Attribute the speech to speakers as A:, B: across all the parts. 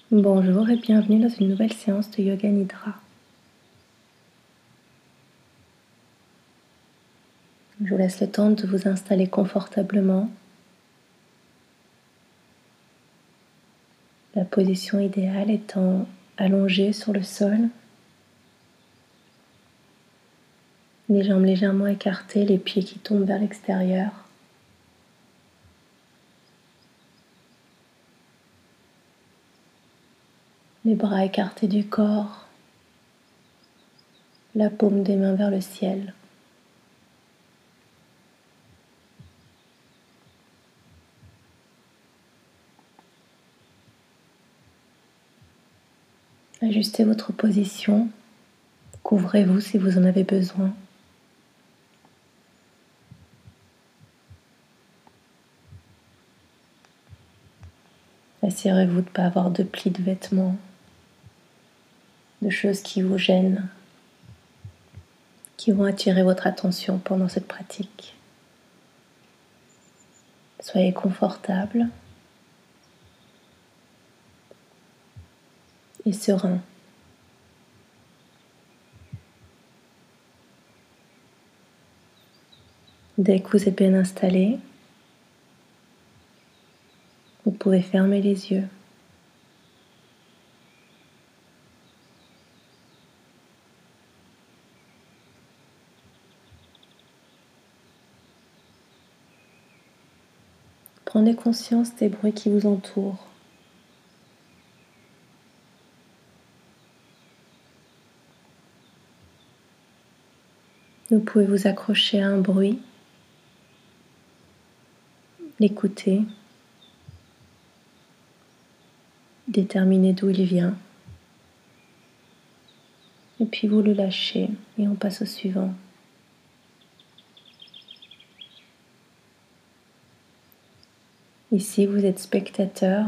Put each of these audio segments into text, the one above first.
A: Bonjour et bienvenue dans une nouvelle séance de Yoga Nidra. Je vous laisse le temps de vous installer confortablement. La position idéale étant allongée sur le sol, les jambes légèrement écartées, les pieds qui tombent vers l'extérieur. Les bras écartés du corps, la paume des mains vers le ciel. Ajustez votre position, couvrez-vous si vous en avez besoin. Assurez-vous de ne pas avoir de plis de vêtements, de choses qui vous gênent, qui vont attirer votre attention pendant cette pratique. Soyez confortable et serein. Dès que vous êtes bien installé, vous pouvez fermer les yeux. Prenez conscience des bruits qui vous entourent. Vous pouvez vous accrocher à un bruit, l'écouter, déterminer d'où il vient, et puis vous le lâchez et on passe au suivant. Ici, vous êtes spectateur,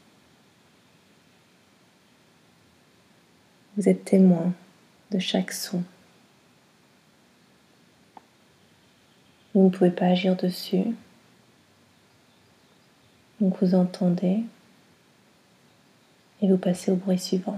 A: vous êtes témoin de chaque son. Vous ne pouvez pas agir dessus, donc vous entendez et vous passez au bruit suivant.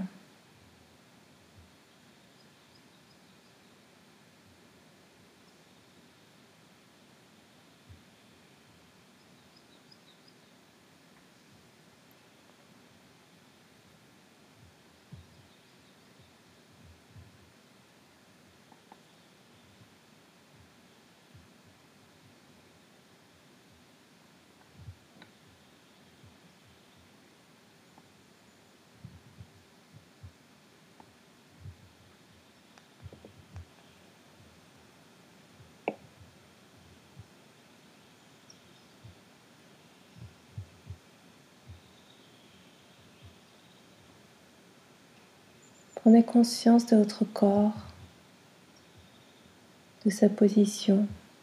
A: Prenez conscience de votre corps, de sa position,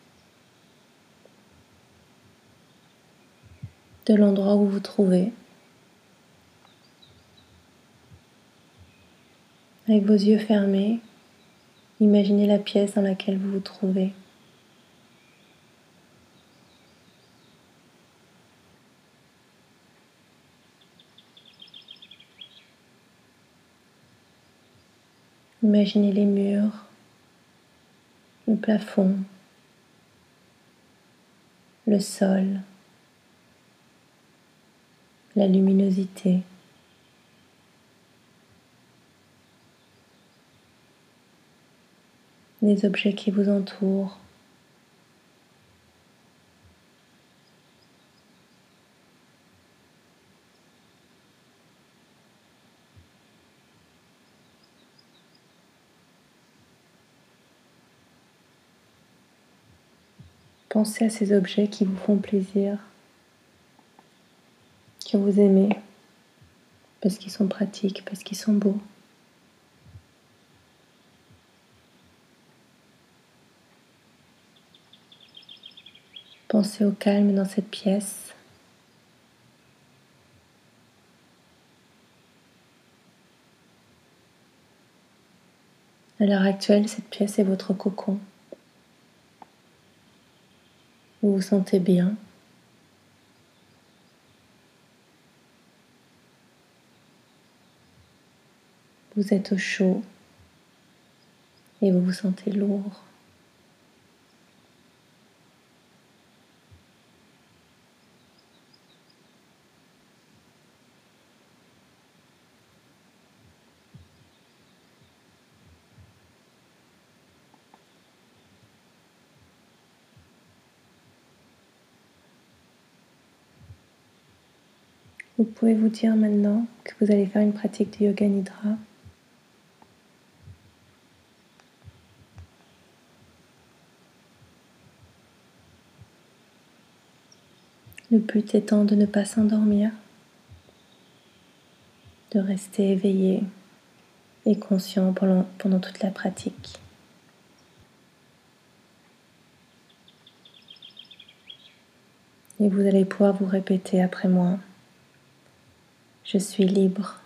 A: de l'endroit où vous vous trouvez. Avec vos yeux fermés, imaginez la pièce dans laquelle vous vous trouvez. Imaginez les murs, le plafond, le sol, la luminosité. Les objets qui vous entourent. Pensez à ces objets qui vous font plaisir, que vous aimez, parce qu'ils sont pratiques, parce qu'ils sont beaux. Pensez au calme dans cette pièce. À l'heure actuelle, cette pièce est votre cocon. Vous vous sentez bien. Vous êtes au chaud et vous vous sentez lourd. Vous pouvez vous dire maintenant que vous allez faire une pratique de Yoga Nidra. Le but étant de ne pas s'endormir, de rester éveillé et conscient pendant toute la pratique. Et vous allez pouvoir vous répéter après moi. Je suis libre.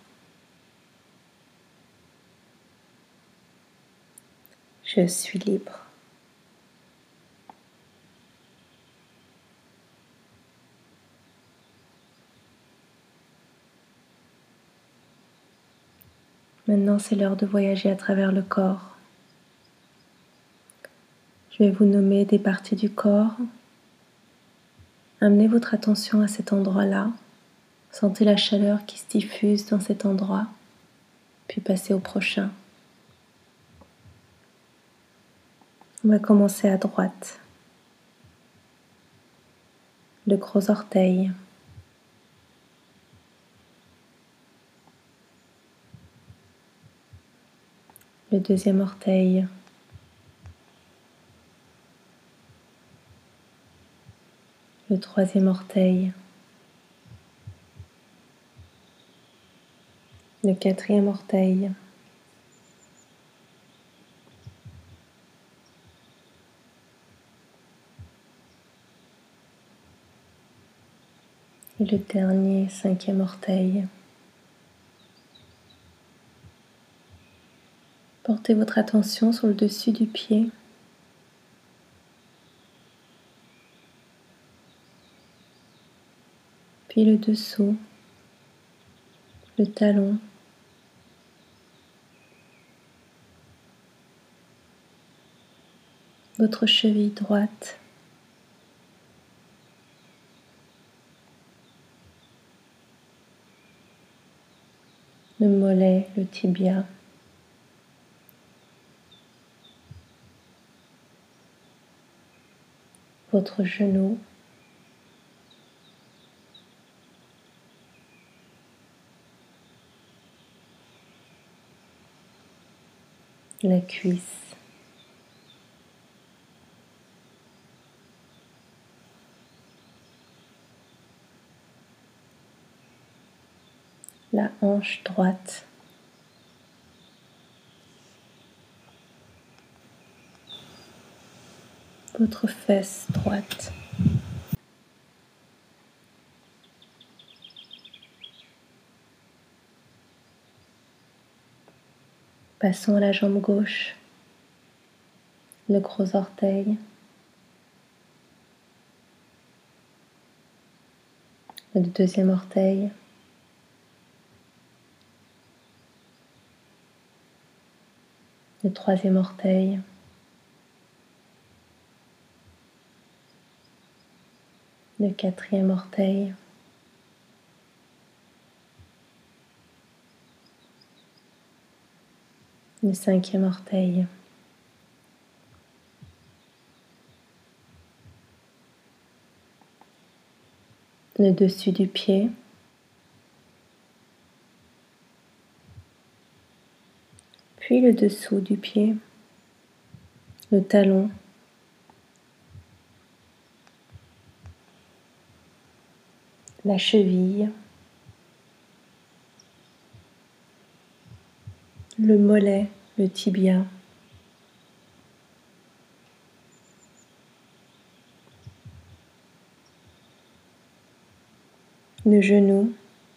A: Je suis libre. Maintenant, c'est l'heure de voyager à travers le corps. Je vais vous nommer des parties du corps. Amenez votre attention à cet endroit-là. Sentez la chaleur qui se diffuse dans cet endroit, puis passez au prochain. On va commencer à droite. Le gros orteil. Le deuxième orteil. Le troisième orteil. Le quatrième orteil. Et le dernier, cinquième orteil. Portez votre attention sur le dessus du pied. Puis le dessous, le talon. Votre cheville droite. Le mollet, le tibia. Votre genou. La cuisse. La hanche droite. Votre fesse droite. Passons à la jambe gauche. Le gros orteil. Le deuxième orteil. Le troisième orteil. Le quatrième orteil. Le cinquième orteil. Le dessus du pied. Puis le dessous du pied. Le talon. La cheville. Le mollet, le tibia. Le genou.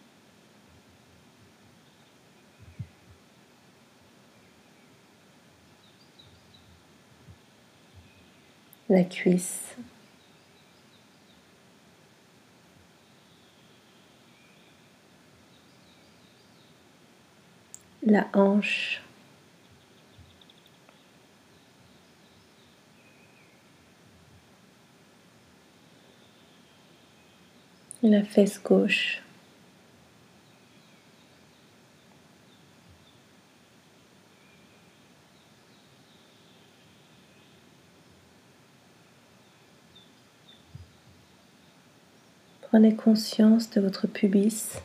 A: La cuisse. la hanche, la fesse gauche, prenez conscience de votre pubis,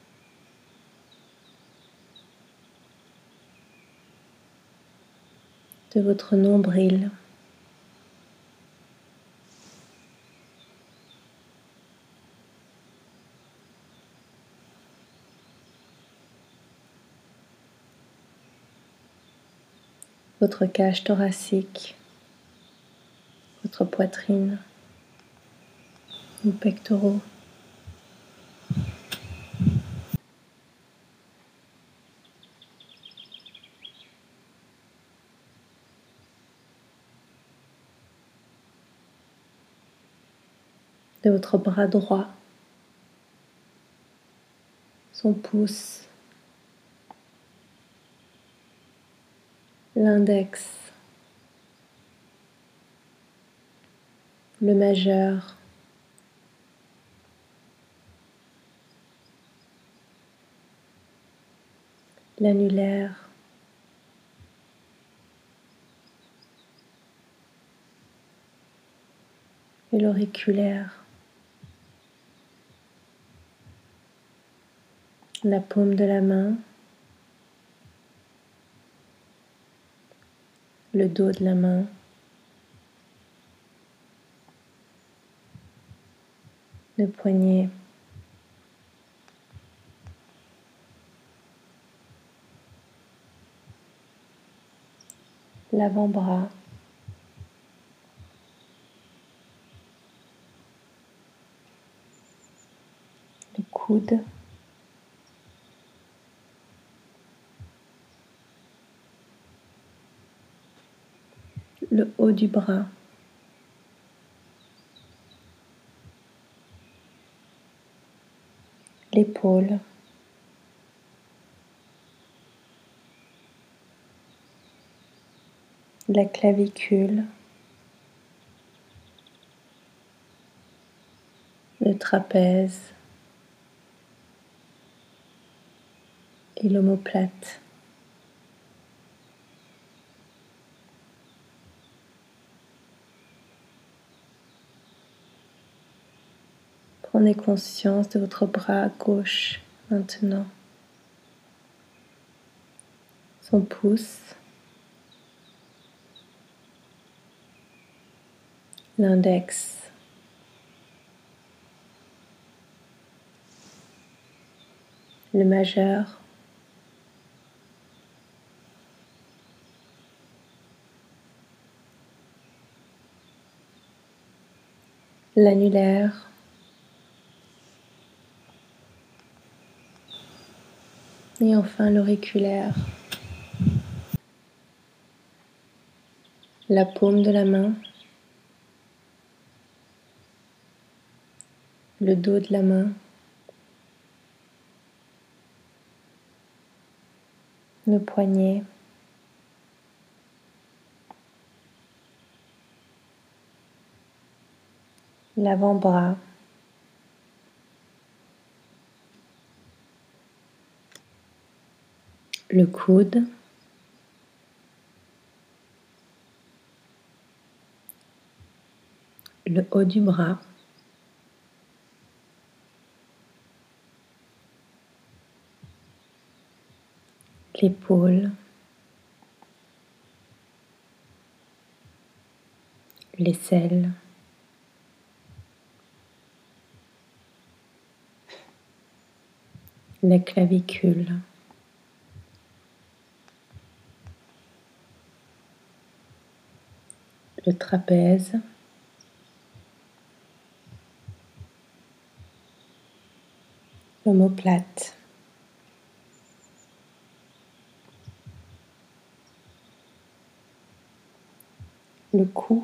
A: de votre nombril, votre cage thoracique, votre poitrine, vos pectoraux. De votre bras droit, son pouce, l'index, le majeur, l'annulaire, et l'auriculaire, la paume de la main, le dos de la main, le poignet, l'avant-bras, le coude, le haut du bras, l'épaule, la clavicule, le trapèze et l'omoplate. Prenez conscience de votre bras gauche maintenant, son pouce, l'index, le majeur, l'annulaire, et enfin l'auriculaire, la paume de la main, le dos de la main, le poignet, l'avant-bras, le coude, le haut du bras, l'épaule, l'aisselle, la clavicule, le trapèze, l'omoplate, le cou,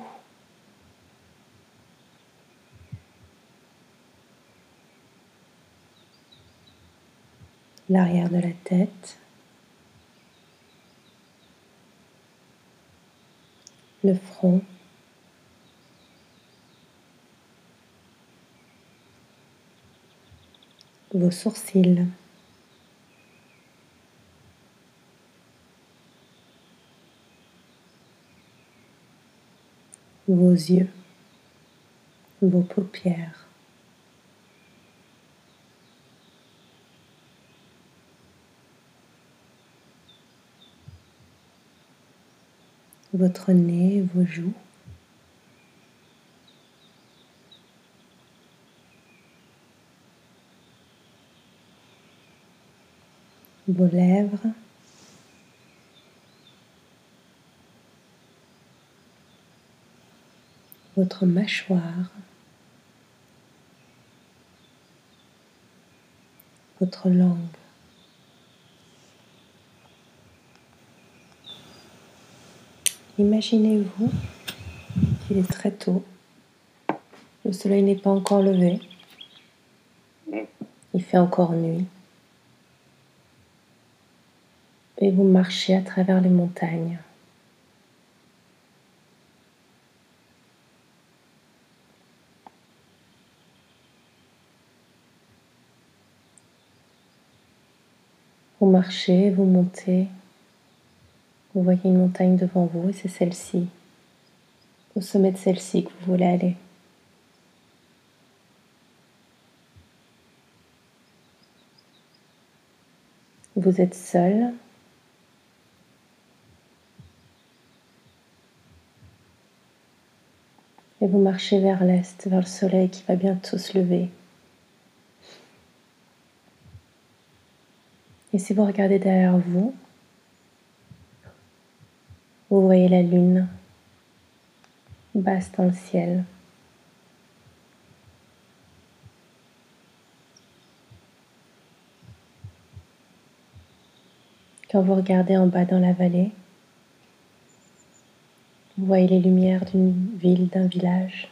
A: l'arrière de la tête, le front, vos sourcils, vos yeux, vos paupières, votre nez, vos joues, vos lèvres, votre mâchoire, votre langue. Imaginez-vous qu'il est très tôt, le soleil n'est pas encore levé, il fait encore nuit, et vous marchez à travers les montagnes. Vous marchez, vous montez, vous voyez une montagne devant vous et c'est celle-ci, au sommet de celle-ci que vous voulez aller. Vous êtes seul. Et vous marchez vers l'est, vers le soleil qui va bientôt se lever. Et si vous regardez derrière vous, vous voyez la lune basse dans le ciel. Quand vous regardez en bas dans la vallée, vous voyez les lumières d'une ville, d'un village.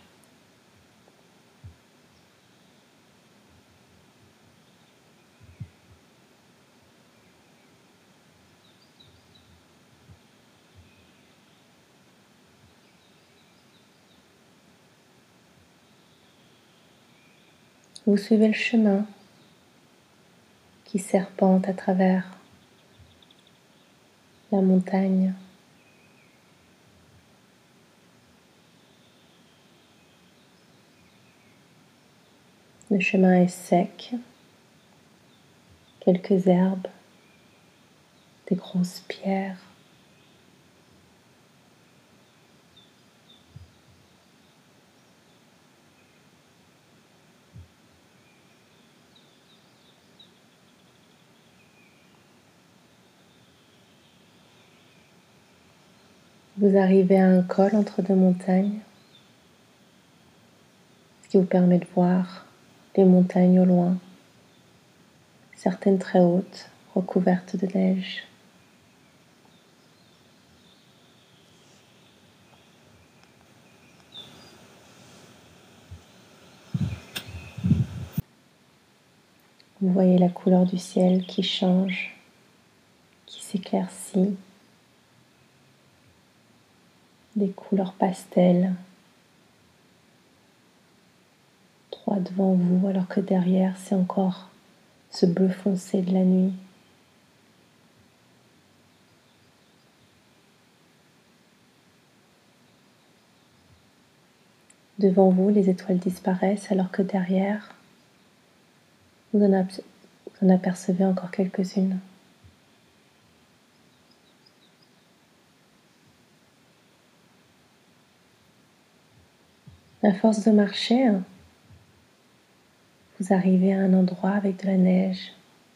A: Vous suivez le chemin qui serpente à travers la montagne. Le chemin est sec, quelques herbes, des grosses pierres. Vous arrivez à un col entre deux montagnes, ce qui vous permet de voir les montagnes au loin, certaines très hautes, recouvertes de neige. Vous voyez la couleur du ciel qui change, qui s'éclaircit, des couleurs pastel, droit devant vous, alors que derrière c'est encore ce bleu foncé de la nuit. Devant vous, les étoiles disparaissent, alors que derrière, vous en apercevez encore quelques-unes. À force de marcher, vous arrivez à un endroit avec de la neige.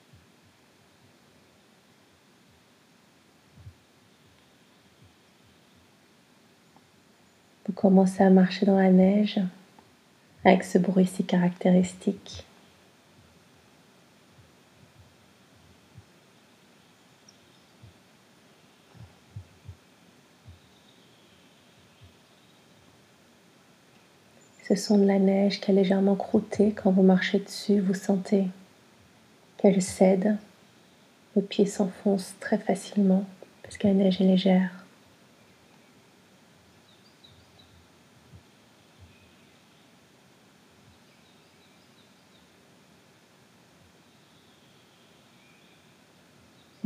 A: Vous commencez à marcher dans la neige avec ce bruit si caractéristique. Ce son de la neige qui a légèrement croûté quand vous marchez dessus, vous sentez qu'elle cède. Vos pieds s'enfoncent très facilement parce que la neige est légère.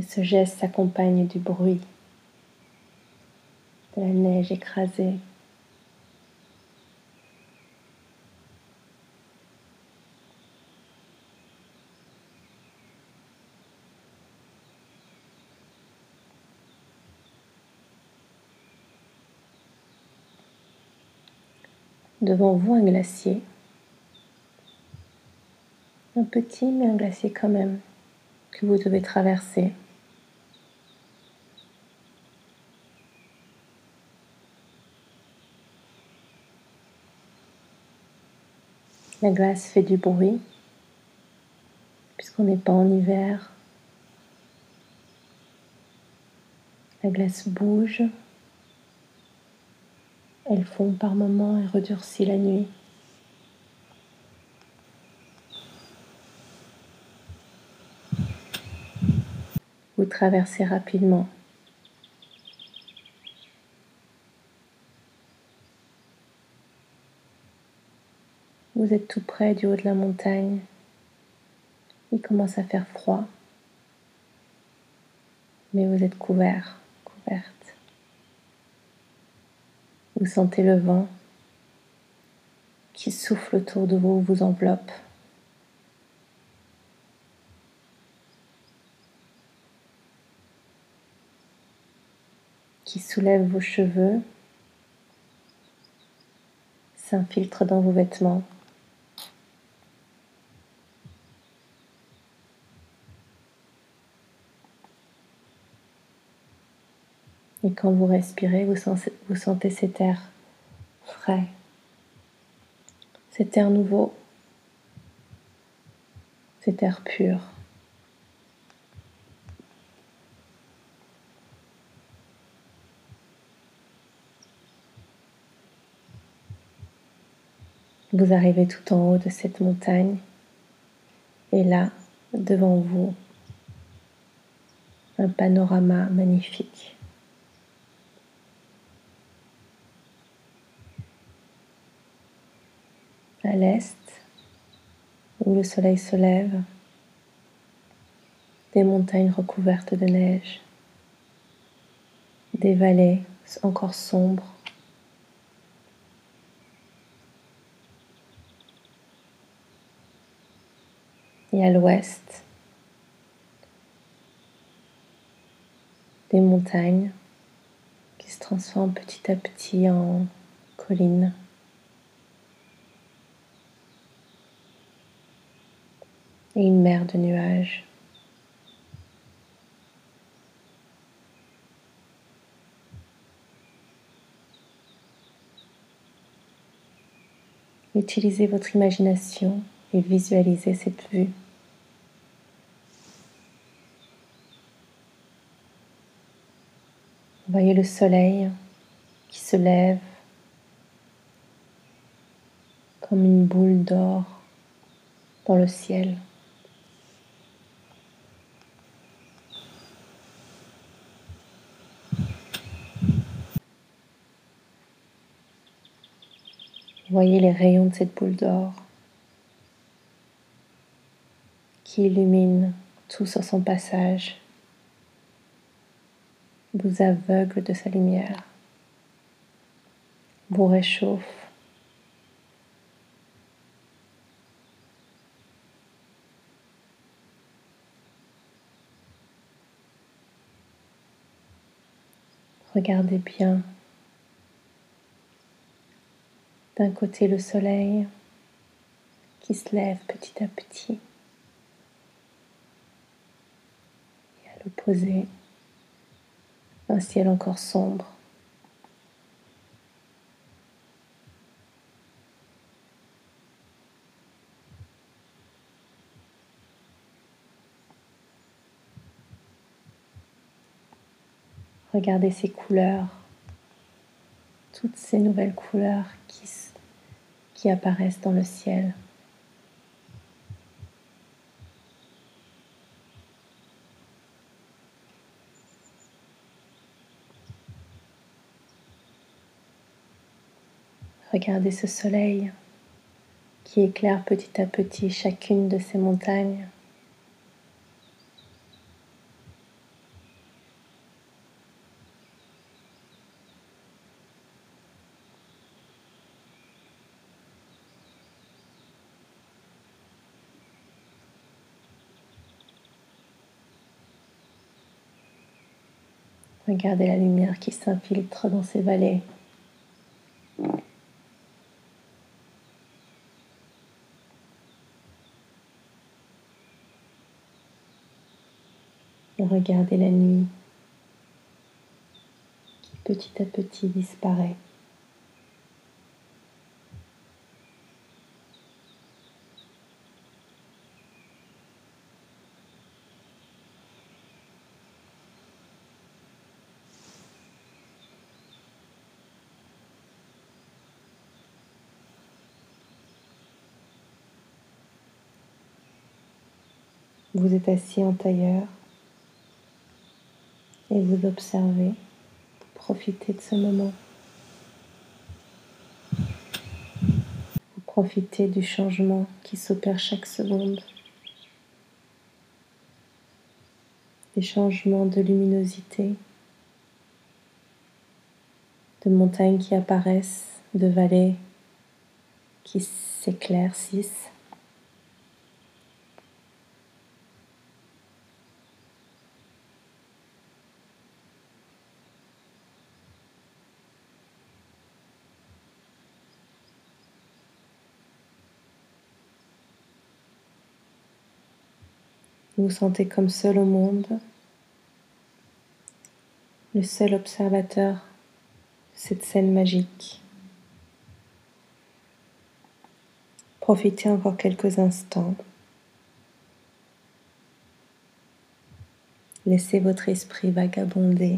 A: Et ce geste s'accompagne du bruit de la neige écrasée. Devant vous, un glacier. Un petit, mais un glacier quand même, que vous devez traverser. La glace fait du bruit, puisqu'on n'est pas en hiver. La glace bouge. Elle fond par moments et redurcit la nuit. Vous traversez rapidement. Vous êtes tout près du haut de la montagne. Il commence à faire froid, mais vous êtes couvert, couverte. Vous sentez le vent qui souffle autour de vous, vous enveloppe. Qui soulève vos cheveux, s'infiltre dans vos vêtements. Et quand vous respirez, vous sentez cet air frais, cet air nouveau, cet air pur. Vous arrivez tout en haut de cette montagne et là, devant vous, un panorama magnifique. À l'est, où le soleil se lève, des montagnes recouvertes de neige, des vallées encore sombres, et à l'ouest, des montagnes qui se transforment petit à petit en collines. Et une mer de nuages. Utilisez votre imagination et visualisez cette vue. Voyez le soleil qui se lève comme une boule d'or dans le ciel. Voyez les rayons de cette boule d'or qui illumine tout sur son passage, vous aveugle de sa lumière, vous réchauffe. Regardez bien. D'un côté le soleil qui se lève petit à petit. Et à l'opposé, un ciel encore sombre. Regardez ces couleurs, toutes ces nouvelles couleurs qui apparaissent dans le ciel. Regardez ce soleil qui éclaire petit à petit chacune de ces montagnes. Regardez la lumière qui s'infiltre dans ces vallées. Et regardez la nuit qui petit à petit disparaît. Vous êtes assis en tailleur et vous observez, profitez de ce moment. Vous profitez du changement qui s'opère chaque seconde. Des changements de luminosité, de montagnes qui apparaissent, de vallées qui s'éclaircissent. Vous vous sentez comme seul au monde, le seul observateur de cette scène magique. Profitez encore quelques instants. Laissez votre esprit vagabonder.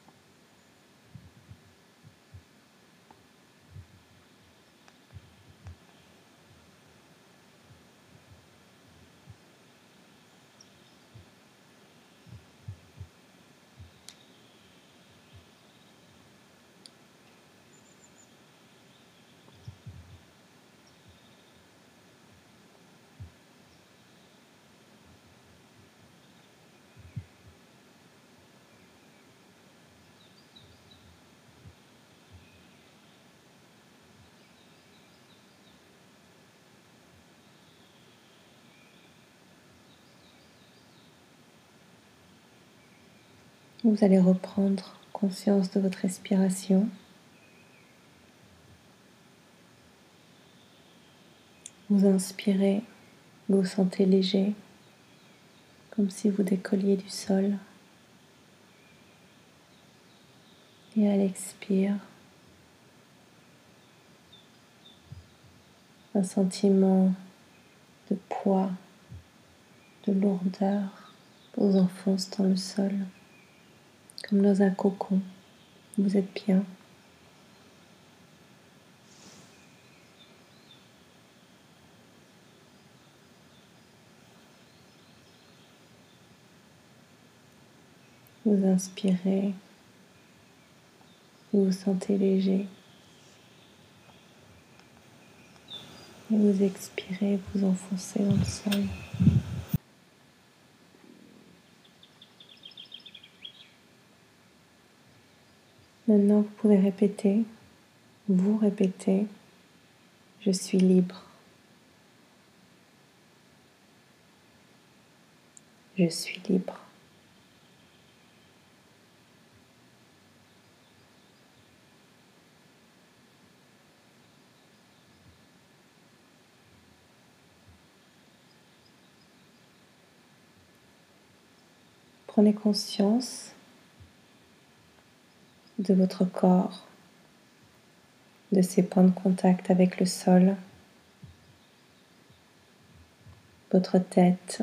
A: Vous allez reprendre conscience de votre respiration. Vous inspirez, vous vous sentez léger, comme si vous décolliez du sol. Et à l'expire, un sentiment de poids, de lourdeur vous enfonce dans le sol, comme dans un cocon. Vous êtes bien. Vous inspirez, vous vous sentez léger. Et vous expirez, vous enfoncez dans le sol. Maintenant, vous pouvez répéter, vous répétez, je suis libre. Je suis libre. Prenez conscience de votre corps, de ses points de contact avec le sol, votre tête,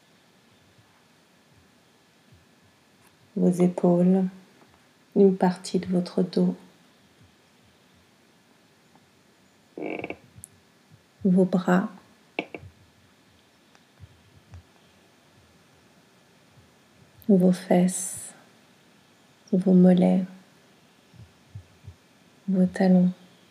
A: vos épaules, une partie de votre dos, vos bras, vos fesses, vos mollets, vos talons.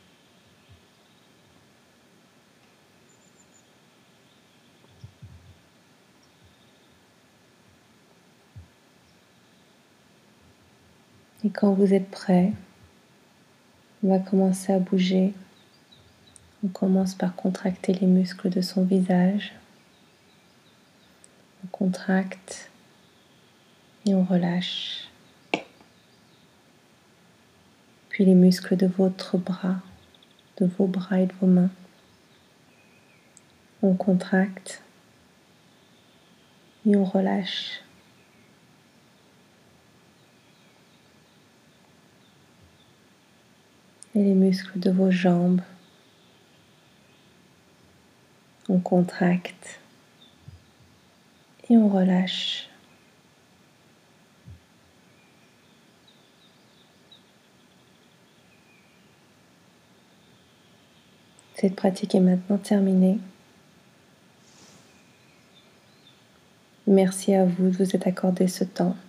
A: Et quand vous êtes prêt, on va commencer à bouger. On commence par contracter les muscles de son visage. On contracte et on relâche. puis les muscles de votre bras, de vos bras et de vos mains. On contracte et on relâche. Et les muscles de vos jambes, on contracte et on relâche. Cette pratique est maintenant terminée. Merci à vous de vous être accordé ce temps.